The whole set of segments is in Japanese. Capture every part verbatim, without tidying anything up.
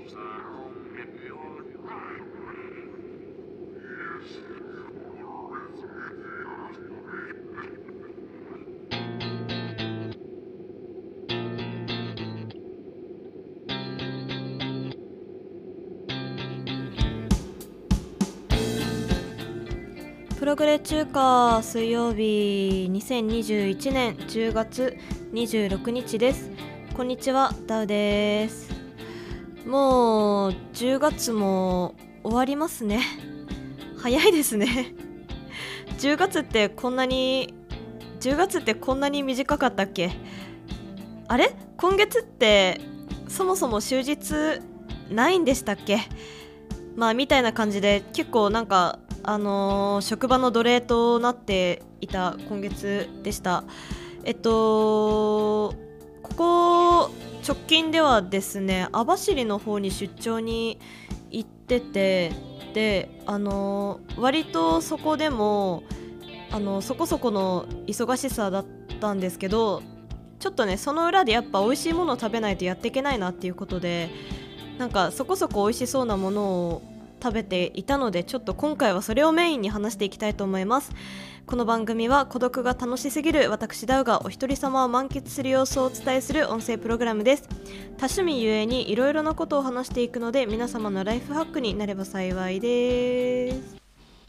プログレ中華水曜日にせんにじゅういちねんじゅうがつにじゅうろくにちです。こんにちは、ダウです。もうじゅうがつも終わりますね。早いですね。じゅうがつってこんなにじゅうがつってこんなに短かったっけ？あれ？今月ってそもそも終日ないんでしたっけ？まあみたいな感じで結構なんかあのー、職場の奴隷となっていた今月でした。えっとここ直近ではですね、網走の方に出張に行ってて、であのー、割とそこでもあのそこそこの忙しさだったんですけど、ちょっとねその裏でやっぱ美味しいものを食べないとやっていけないなっていうことで、なんかそこそこ美味しそうなものを食べていたので、ちょっと今回はそれをメインに話していきたいと思います。この番組は孤独が楽しすぎる私ダウがお一人様を満喫する様子をお伝えする音声プログラムです。多趣味ゆえにいろいろなことを話していくので、皆様のライフハックになれば幸いです。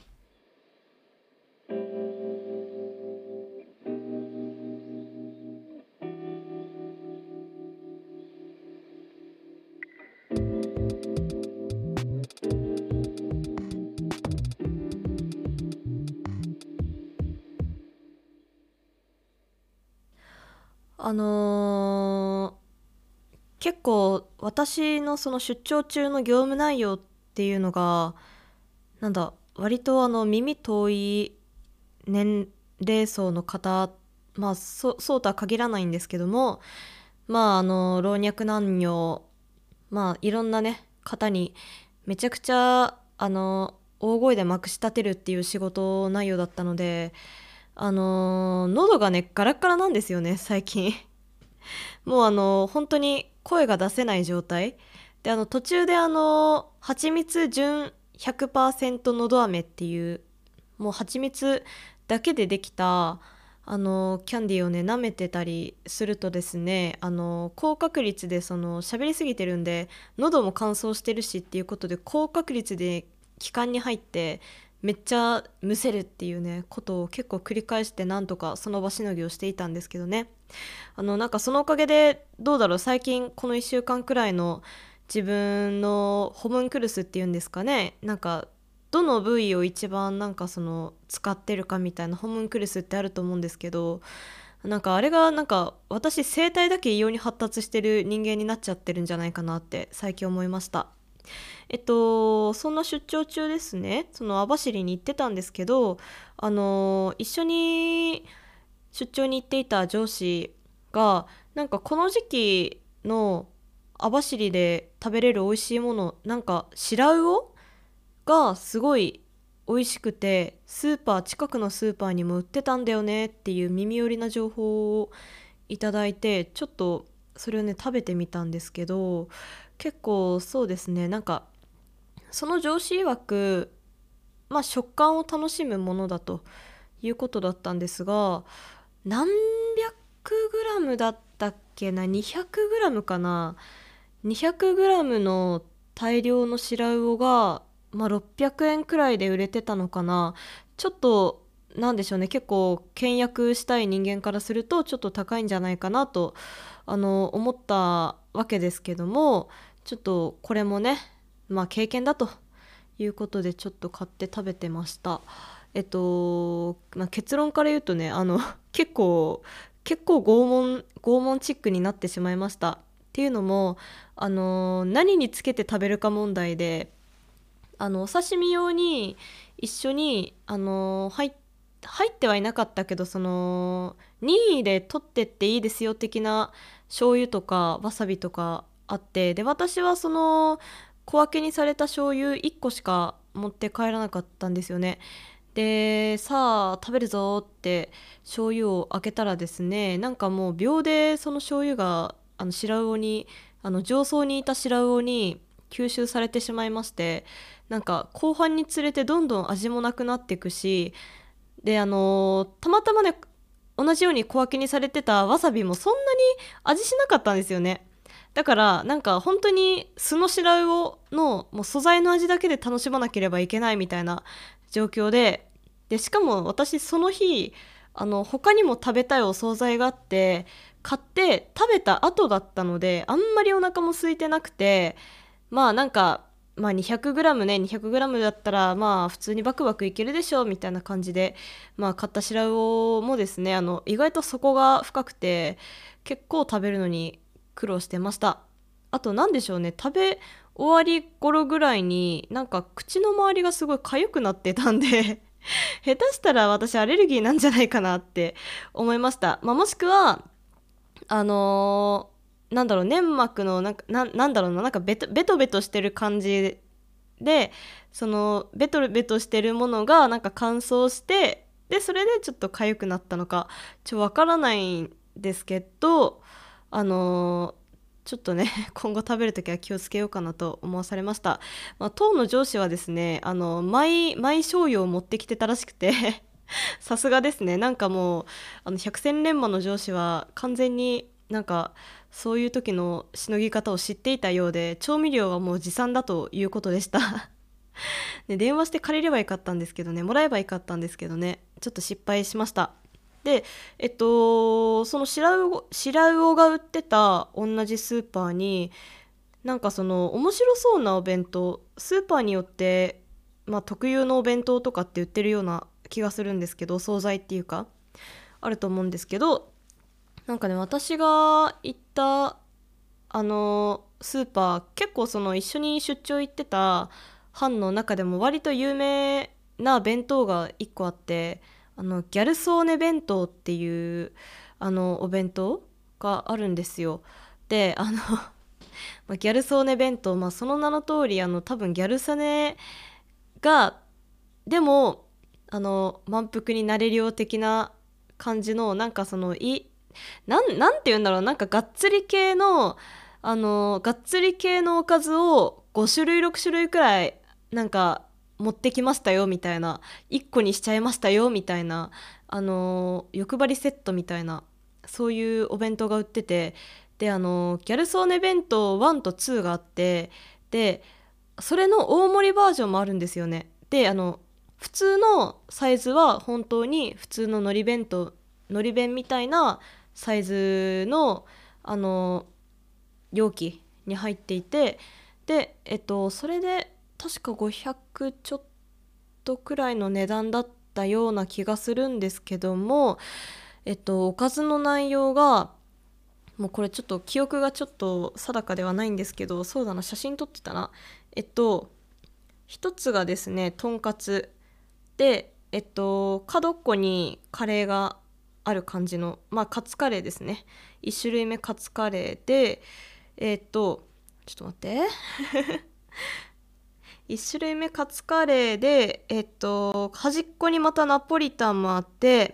あのー結構私のその出張中の業務内容っていうのがなんだ割とあの耳遠い年齢層の方、まあそそうとは限らないんですけども、まああの老若男女、まあいろんなね方にめちゃくちゃあの大声でまくし立てるっていう仕事内容だったので、あの喉がねガラッガラなんですよね最近。もうあの本当に声が出せない状態で、あの途中であの蜂蜜純ひゃくパーセントのど飴っていう、もう蜂蜜だけでできたあのキャンディーをね舐めてたりするとですね、あの高確率でその喋りすぎてるんで喉も乾燥してるしっていうことで、高確率で気管に入ってめっちゃむせるっていうねことを結構繰り返して、なんとかその場しのぎをしていたんですけどね。あのなんかそのおかげでどうだろう、最近このいっしゅうかんくらいの自分のホムンクルスっていうんですかね、なんかどの部位を一番なんかその使ってるかみたいなホムンクルスってあると思うんですけど、なんかあれがなんか私声帯だけ異様に発達してる人間になっちゃってるんじゃないかなって最近思いました。えっとそんな出張中ですね、その網走に行ってたんですけど、あの一緒に出張に行っていた上司がなんかこの時期の網走で食べれる美味しいもの、なんか白魚がすごい美味しくて、スーパー近くのスーパーにも売ってたんだよねっていう耳寄りな情報をいただいて、ちょっとそれをね食べてみたんですけど、結構そうですね、なんかその上司曰く、まあ食感を楽しむものだということだったんですが、何百グラムだったっけな、にひゃくグラムかな、にひゃくグラムの大量の白魚が、まあ、ろっぴゃくえんくらいで売れてたのかな。ちょっとなんでしょうね、結構倹約したい人間からするとちょっと高いんじゃないかなとあの思ったわけですけども、ちょっとこれもね、まあ経験だということでちょっと買って食べてました。えっと、まあ、結論から言うとね、あの結構結構拷問拷問チックになってしまいました。っていうのも、あの何につけて食べるか問題で、あのお刺身用に一緒にあの入っ入ってはいなかったけど、その任意で取ってっていいですよ的な醤油とかわさびとかあって、で私はその小分けにされた醤油いっこしか持って帰らなかったんですよね。でさあ食べるぞって醤油を開けたらですね、なんかもう秒でその醤油があの白魚に、あの上層にいた白魚に吸収されてしまいまして、なんか後半につれてどんどん味もなくなっていくし、であのーたまたまね、同じように小分けにされてたわさびもそんなに味しなかったんですよね。だからなんか本当に素の白魚のもう素材の味だけで楽しまなければいけないみたいな状況で、でしかも私その日あの他にも食べたいお惣菜があって買って食べた後だったので、あんまりお腹も空いてなくて、まあなんかまあ にひゃくグラム ね にひゃくグラム だったらまあ普通にバクバクいけるでしょみたいな感じで、まあ買った白魚もですね、あの意外と底が深くて結構食べるのに苦労してました。あと何でしょうね、食べ終わり頃ぐらいになんか口の周りがすごい痒くなってたんで下手したら私アレルギーなんじゃないかなって思いました。まあ、もしくはあのーなんだろう、粘膜のなんかな、なんだろうな、なんかベトベトベトしてる感じで、そのベトベトしてるものがなんか乾燥して、でそれでちょっと痒くなったのかちょっとわからないんですけど、あのーちょっとね今後食べるときは気をつけようかなと思わされました。まあ、当の上司はですね、あのマイマイ醤油を持ってきてたらしくてさすがですね。なんかもうあの百戦錬磨の上司は完全になんかそういう時のしのぎ方を知っていたようで、調味料はもう持参だということでしたで電話して借りればよかったんですけどね、もらえばよかったんですけどね、ちょっと失敗しました。でえっとその白魚白魚が売ってた同じスーパーに、なんかその面白そうなお弁当、スーパーによって、まあ、特有のお弁当とかって売ってるような気がするんですけど、惣菜っていうかあると思うんですけど、なんかね、私が行ったあのスーパー、結構その一緒に出張行ってた班の中でも割と有名な弁当がいっこあって、あのギャルソーネ弁当っていうあのお弁当があるんですよ。であのまあギャルソーネ弁当、まあ、その名の通りあの多分ギャル曽根がでもあの満腹になれるよう的な感じの、なんかそのいなんなんて言うんだろう、なんかがっつり系のあのがっつり系のおかずをご種類ろく種類くらいなんか持ってきましたよみたいな、いっこにしちゃいましたよみたいな、あの欲張りセットみたいな、そういうお弁当が売ってて、であのギャル曽根弁当ワンとツーがあって、でそれの大盛りバージョンもあるんですよね。であの普通のサイズは本当に普通ののり弁当、のり弁みたいなサイズのあの容器に入っていて、でえっとそれで確かごひゃくちょっとくらいの値段だったような気がするんですけども、えっとおかずの内容が、もうこれちょっと記憶がちょっと定かではないんですけど、そうだな、写真撮ってたな。えっと一つがですね、とんかつで、えっと角っこにカレーがある感じの、まあカツカレーですね。一種類目カツカレーで、えっとちょっと待って一種類目カツカレーで、えっと端っこにまたナポリタンもあって、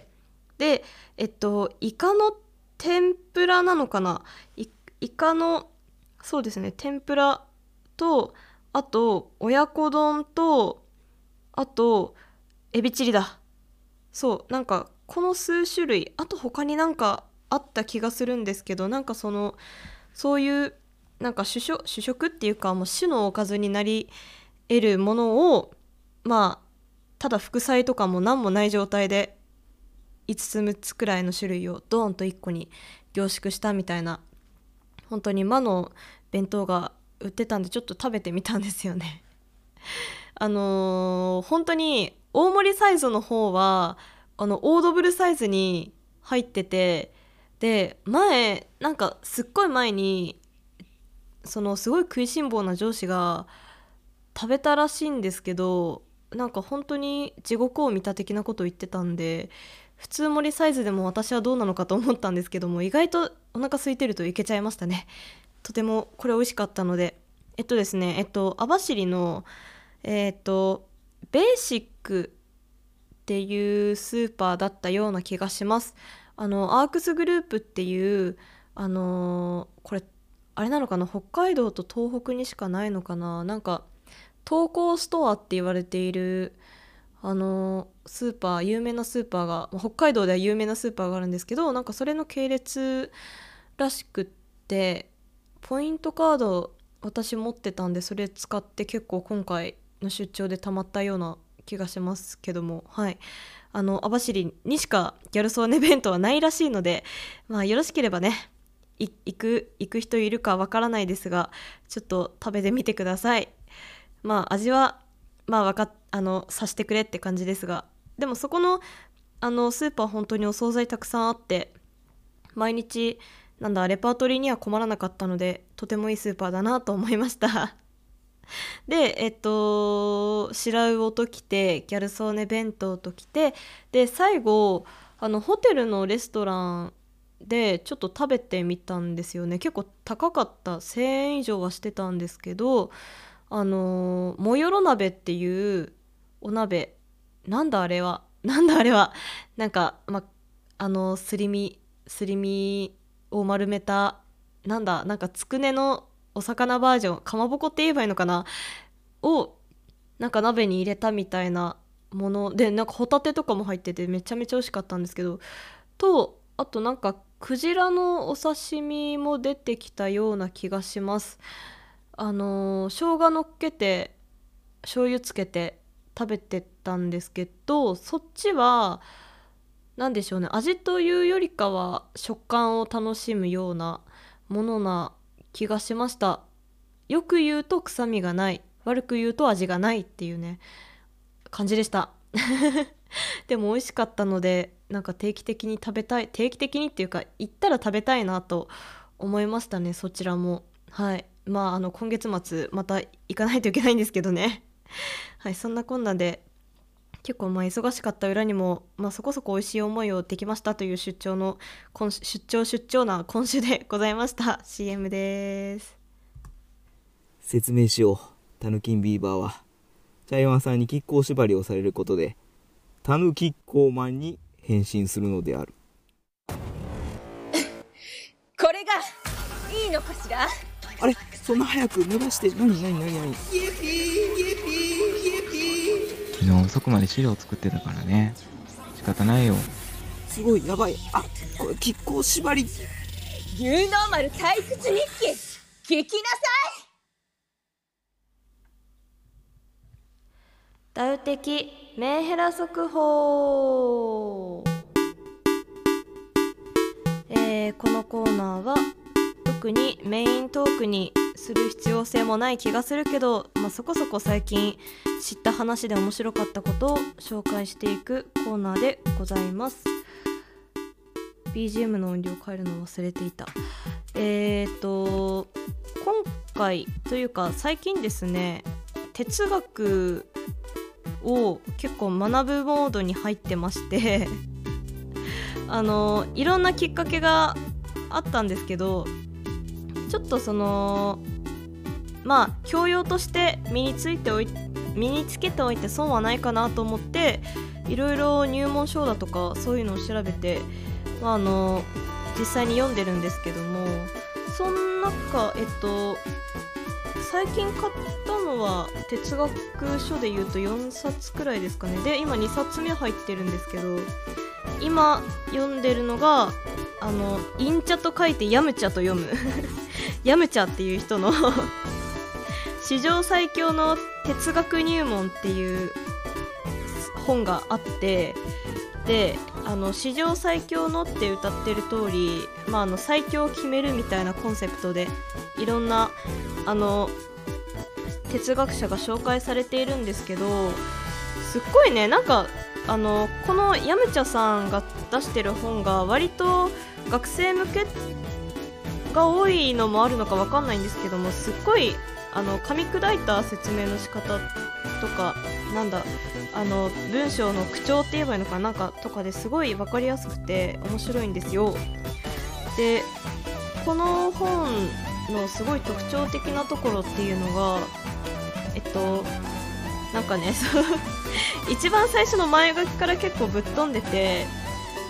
でえっとイカの天ぷらなのかな、イ、イカの、そうですね、天ぷらと、あと親子丼と、あとエビチリだ。そう、なんかこの数種類、あと他になんかあった気がするんですけど、なんかそのそういうなんか主食、主食っていうかもう主のおかずになり得るものを、まあただ副菜とかも何もない状態でいつつむっつくらいの種類をドーンといっこに凝縮したみたいな、本当に魔の弁当が売ってたんでちょっと食べてみたんですよねあのー本当に大盛りサイズの方はあのオードブルサイズに入ってて、で前なんかすっごい前にそのすごい食いしん坊な上司が食べたらしいんですけど、なんか本当に地獄を見た的なことを言ってたんで、普通盛りサイズでも私はどうなのかと思ったんですけども、意外とお腹空いてるといけちゃいましたね。とてもこれ美味しかったので、えっとですねえっと網走のえっとベーシックっていうスーパーだったような気がします。あのアークスグループっていう、あのーこれあれなのかな、北海道と東北にしかないのかな。なんか東光ストアって言われているあのスーパー、有名なスーパーが、まあ北海道では有名なスーパーがあるんですけど、なんかそれの系列らしくって、ポイントカード私持ってたんで、それ使って結構今回の出張でたまったような気がしますけども、はい、あの網走にしかギャル曽根弁当はないらしいので、まあよろしければね、い行く行く人いるかわからないですが、ちょっと食べてみてください。まあ味はまあわかっあの察してくれって感じですが、でもそこのあのスーパー本当にお惣菜たくさんあって、毎日なんだレパートリーには困らなかったので、とてもいいスーパーだなと思いましたでえっと白魚ときて、ギャル曽根弁当ときて、で最後あのホテルのレストランでちょっと食べてみたんですよね。結構高かった、せんえん以上はしてたんですけど、あのもよろ鍋っていうお鍋、なんだあれはなんだあれはなんか、ま、あのすり身すり身を丸めた、なんだなんかつくねのお魚バージョン、かまぼこって言えばいいのかな、をなんか鍋に入れたみたいなもので、なんかホタテとかも入っててめちゃめちゃ美味しかったんですけど、とあとなんかクジラのお刺身も出てきたような気がします。あのー生姜乗っけて醤油つけて食べてたんですけど、そっちは何でしょうね、味というよりかは食感を楽しむようなものな気がしました。よく言うと臭みがない、悪く言うと味がないっていうね感じでしたでも美味しかったので、なんか定期的に食べたい、定期的にっていうか行ったら食べたいなと思いましたね、そちらも。はい、まああの今月末また行かないといけないんですけどねはい、そんなこんなで結構まあ忙しかった裏にも、まあ、そこそこ美味しい思いをできましたという出張の今出張出張な今週でございました。 シーエム です。 説明しよう。タヌキンビーバーは茶山さんに亀甲縛りをされることでタヌキッコーマンに変身するのである。 これがいいのかしら。 あれ、そんな早く脱がして。何何何何。 昨日遅くまで資料を作ってたからね、仕方ないよ。 すごいやばい。あ、これ亀甲縛り。 ニューノーマル退屈日記聞きなさい。 ダウ的メンヘラ速報。えーこのコーナーは特にメイントークにする必要性もない気がするけど、まあ、そこそこ最近知った話で面白かったことを紹介していくコーナーでございます。 ビージーエム の音量変えるの忘れていた。えーと今回というか最近ですね、哲学を結構学ぶモードに入ってましてあのいろんなきっかけがあったんですけど、ちょっとそのまあ教養として身についておい身につけておいて損はないかなと思って、いろいろ入門書だとかそういうのを調べて、まあ、あの実際に読んでるんですけども、その中えっと最近買ったのは哲学書でいうとよんさつくらいですかね。で今にさつめ入ってるんですけど、今読んでるのがあの陰茶と書いてヤムチャと読むヤムチャっていう人の史上最強の哲学入門っていう本があって、であの史上最強のって歌ってる通り、まあ、あの最強を決めるみたいなコンセプトでいろんなあの哲学者が紹介されているんですけど、すっごいね、なんかあのこのヤムチャさんが出してる本が割と学生向けが多いのもあるのか分かんないんですけども、すっごいあの噛み砕いた説明の仕方とか、なんだあの文章の口調って言えばいいのかな、なんかとかですごい分かりやすくて面白いんですよ。でこの本のすごい特徴的なところっていうのがえっとなんかね一番最初の前書きから結構ぶっ飛んでて、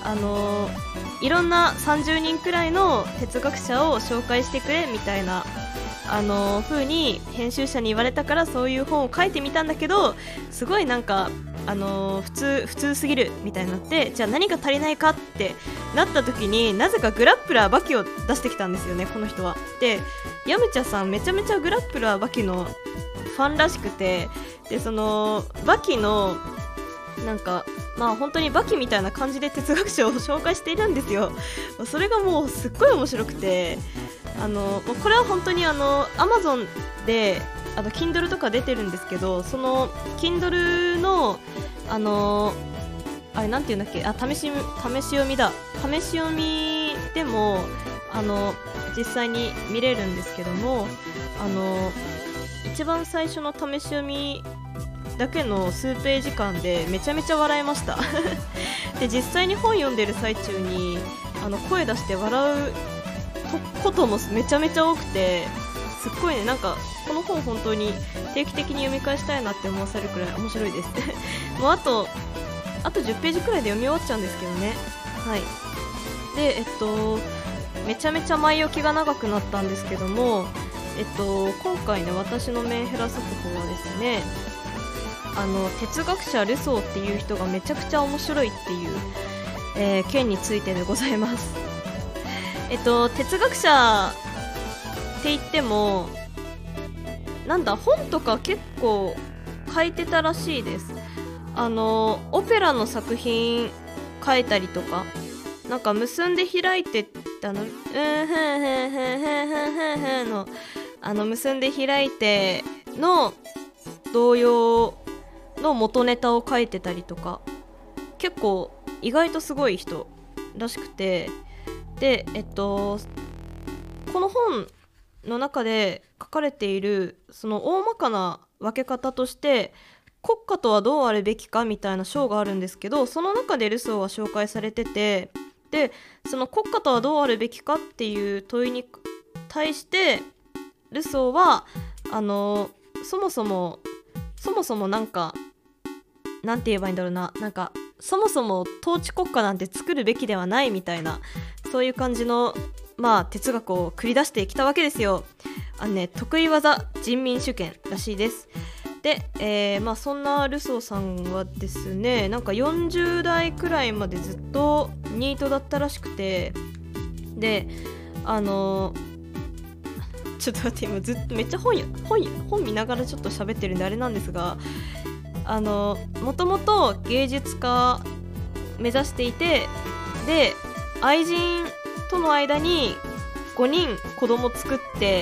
あのいろんなさんじゅうにんくらいの哲学者を紹介してくれみたいなあの風に編集者に言われたから、そういう本を書いてみたんだけど、すごいなんかあの普通普通すぎるみたいになって、じゃあ何が足りないかってなった時に、なぜかグラップラーバキを出してきたんですよね、この人は。でヤムチャさんめちゃめちゃグラップラーバキのファンらしくて、でそのバキのなんかまあ本当にバキみたいな感じで哲学者を紹介しているんですよ。それがもうすっごい面白くて、あのこれは本当にあの Amazon であの Kindle とか出てるんですけど、その Kindle のあのあれなんていうんだっけ、あ試し試し読みだ試し読みでもあの実際に見れるんですけども、あの一番最初の試し読みだけの数ページ間でめちゃめちゃ笑いましたで実際に本読んでる最中にあの声出して笑うこともめちゃめちゃ多くて、すっごいね、なんかこの本本当に定期的に読み返したいなって思わされるくらい面白いですもうあとあとじゅっページくらいで読み終わっちゃうんですけどね。はい。でえっとめちゃめちゃ前置きが長くなったんですけども、えっと今回ね、私のメンヘラ速報はですね、あの哲学者ルソーっていう人がめちゃくちゃ面白いっていう、えー、件についてでございますえっと哲学者って言ってもなんだ、本とか結構書いてたらしいです。あのオペラの作品書いたりとか、なんか結んで開いてったの、うんふんふんふんふんふんふんふんのあの結んで開いての童謡の元ネタを書いてたりとか、結構意外とすごい人らしくて、でえっとこの本の中で書かれているその大まかな分け方として、国家とはどうあるべきかみたいな章があるんですけど、その中でルソーは紹介されてて、でその国家とはどうあるべきかっていう問いに対してルソーはあのそもそもそもそもなんかなんて言えばいいんだろうな、なんかそもそも統治国家なんて作るべきではないみたいな、そういう感じのまあ哲学を繰り出してきたわけですよ。あのね、得意技人民主権らしいです。で、えー、まあそんなルソーさんはですね、なんかよんじゅう代くらいまでずっとニートだったらしくて、であのー、ちょっと待って、今ずっとめっちゃ本や本や本見ながらちょっと喋ってるんであれなんですが、あのもともと芸術家目指していて、で愛人との間にごにん子供作って、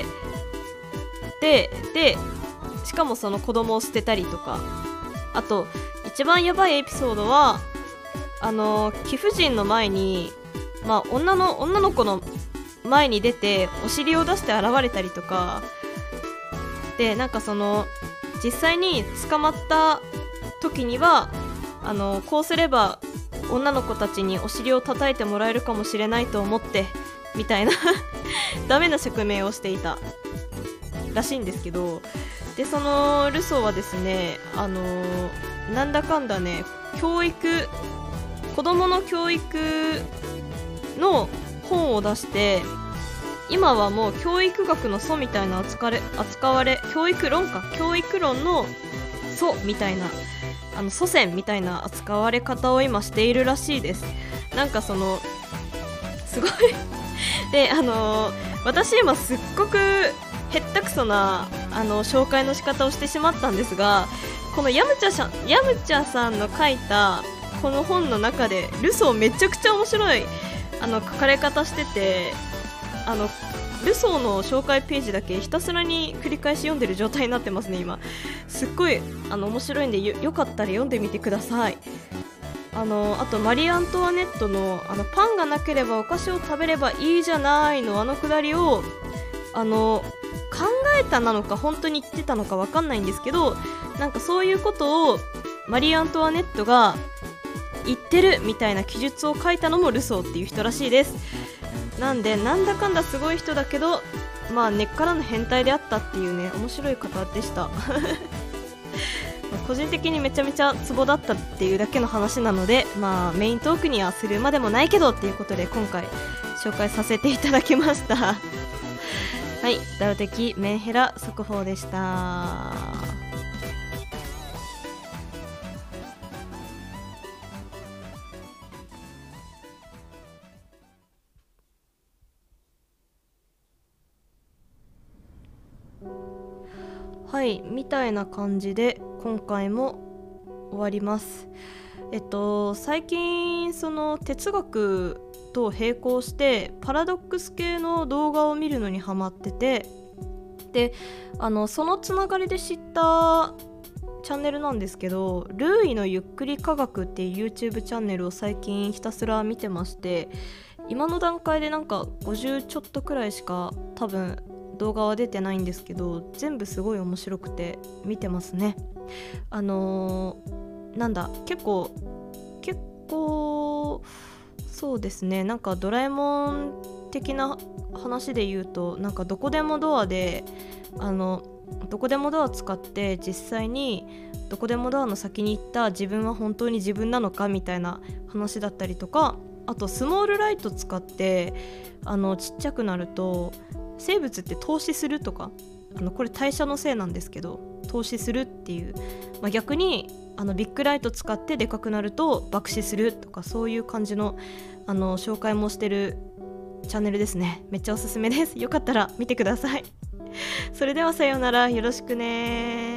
ででしかもその子供を捨てたりとか、あと一番やばいエピソードはあの貴婦人の前に、まあ、女の女の子の前に出てお尻を出して現れたりとかで、なんかその実際に捕まった時にはあのこうすれば女の子たちにお尻を叩いてもらえるかもしれないと思ってみたいなダメな宿命をしていたらしいんですけど、でそのルソーはですね、あのー、なんだかんだね、教育子供の教育の本を出して、今はもう教育学の祖みたいな扱われ、扱われ教育論か教育論の祖みたいな、あの祖先みたいな扱われ方を今しているらしいです。なんかそのすごいで、あのー、私今すっごくへったくそなあの紹介の仕方をしてしまったんですが、このヤムチャさん、ヤムチャさんの書いたこの本の中でルソーめちゃくちゃ面白いあの書かれ方してて、あのルソーの紹介ページだけひたすらに繰り返し読んでる状態になってますね今。すっごいあの面白いんで よ, よかったら読んでみてください。あのあとマリー・アントワネットのあのパンがなければお菓子を食べればいいじゃないのあのくだりをあの考えたなのか本当に言ってたのか分かんないんですけど、なんかそういうことをマリー・アントワネットが言ってるみたいな記述を書いたのもルソーっていう人らしいです。なんでなんだかんだすごい人だけど、まあ根っからの変態であったっていうね、面白い方でした個人的にめちゃめちゃツボだったっていうだけの話なので、まあメイントークにはするまでもないけどっていうことで今回紹介させていただきましたはい、ダロ的メンヘラ速報でした。はい、みたいな感じで今回も終わります。えっと最近その哲学と並行してパラドックス系の動画を見るのにハマってて、であのそのつながりで知ったチャンネルなんですけど、ルーイのゆっくり科学っていう YouTube チャンネルを最近ひたすら見てまして、今の段階でなんかごじゅうちょっとくらいしか多分動画は出てないんですけど、全部すごい面白くて見てますね。あのー、なんだ結構結構そうですね、なんかドラえもん的な話で言うと、なんかどこでもドアであのどこでもドア使って実際にどこでもドアの先に行った自分は本当に自分なのかみたいな話だったりとか、あとスモールライト使ってあのちっちゃくなると生物って投資するとか、あのこれ代謝のせいなんですけど投資するっていう、まあ、逆にあのビッグライト使ってでかくなると爆死するとか、そういう感じの、あの紹介もしてるチャンネルですね。めっちゃおすすめです。よかったら見てくださいそれではさようなら、よろしくね。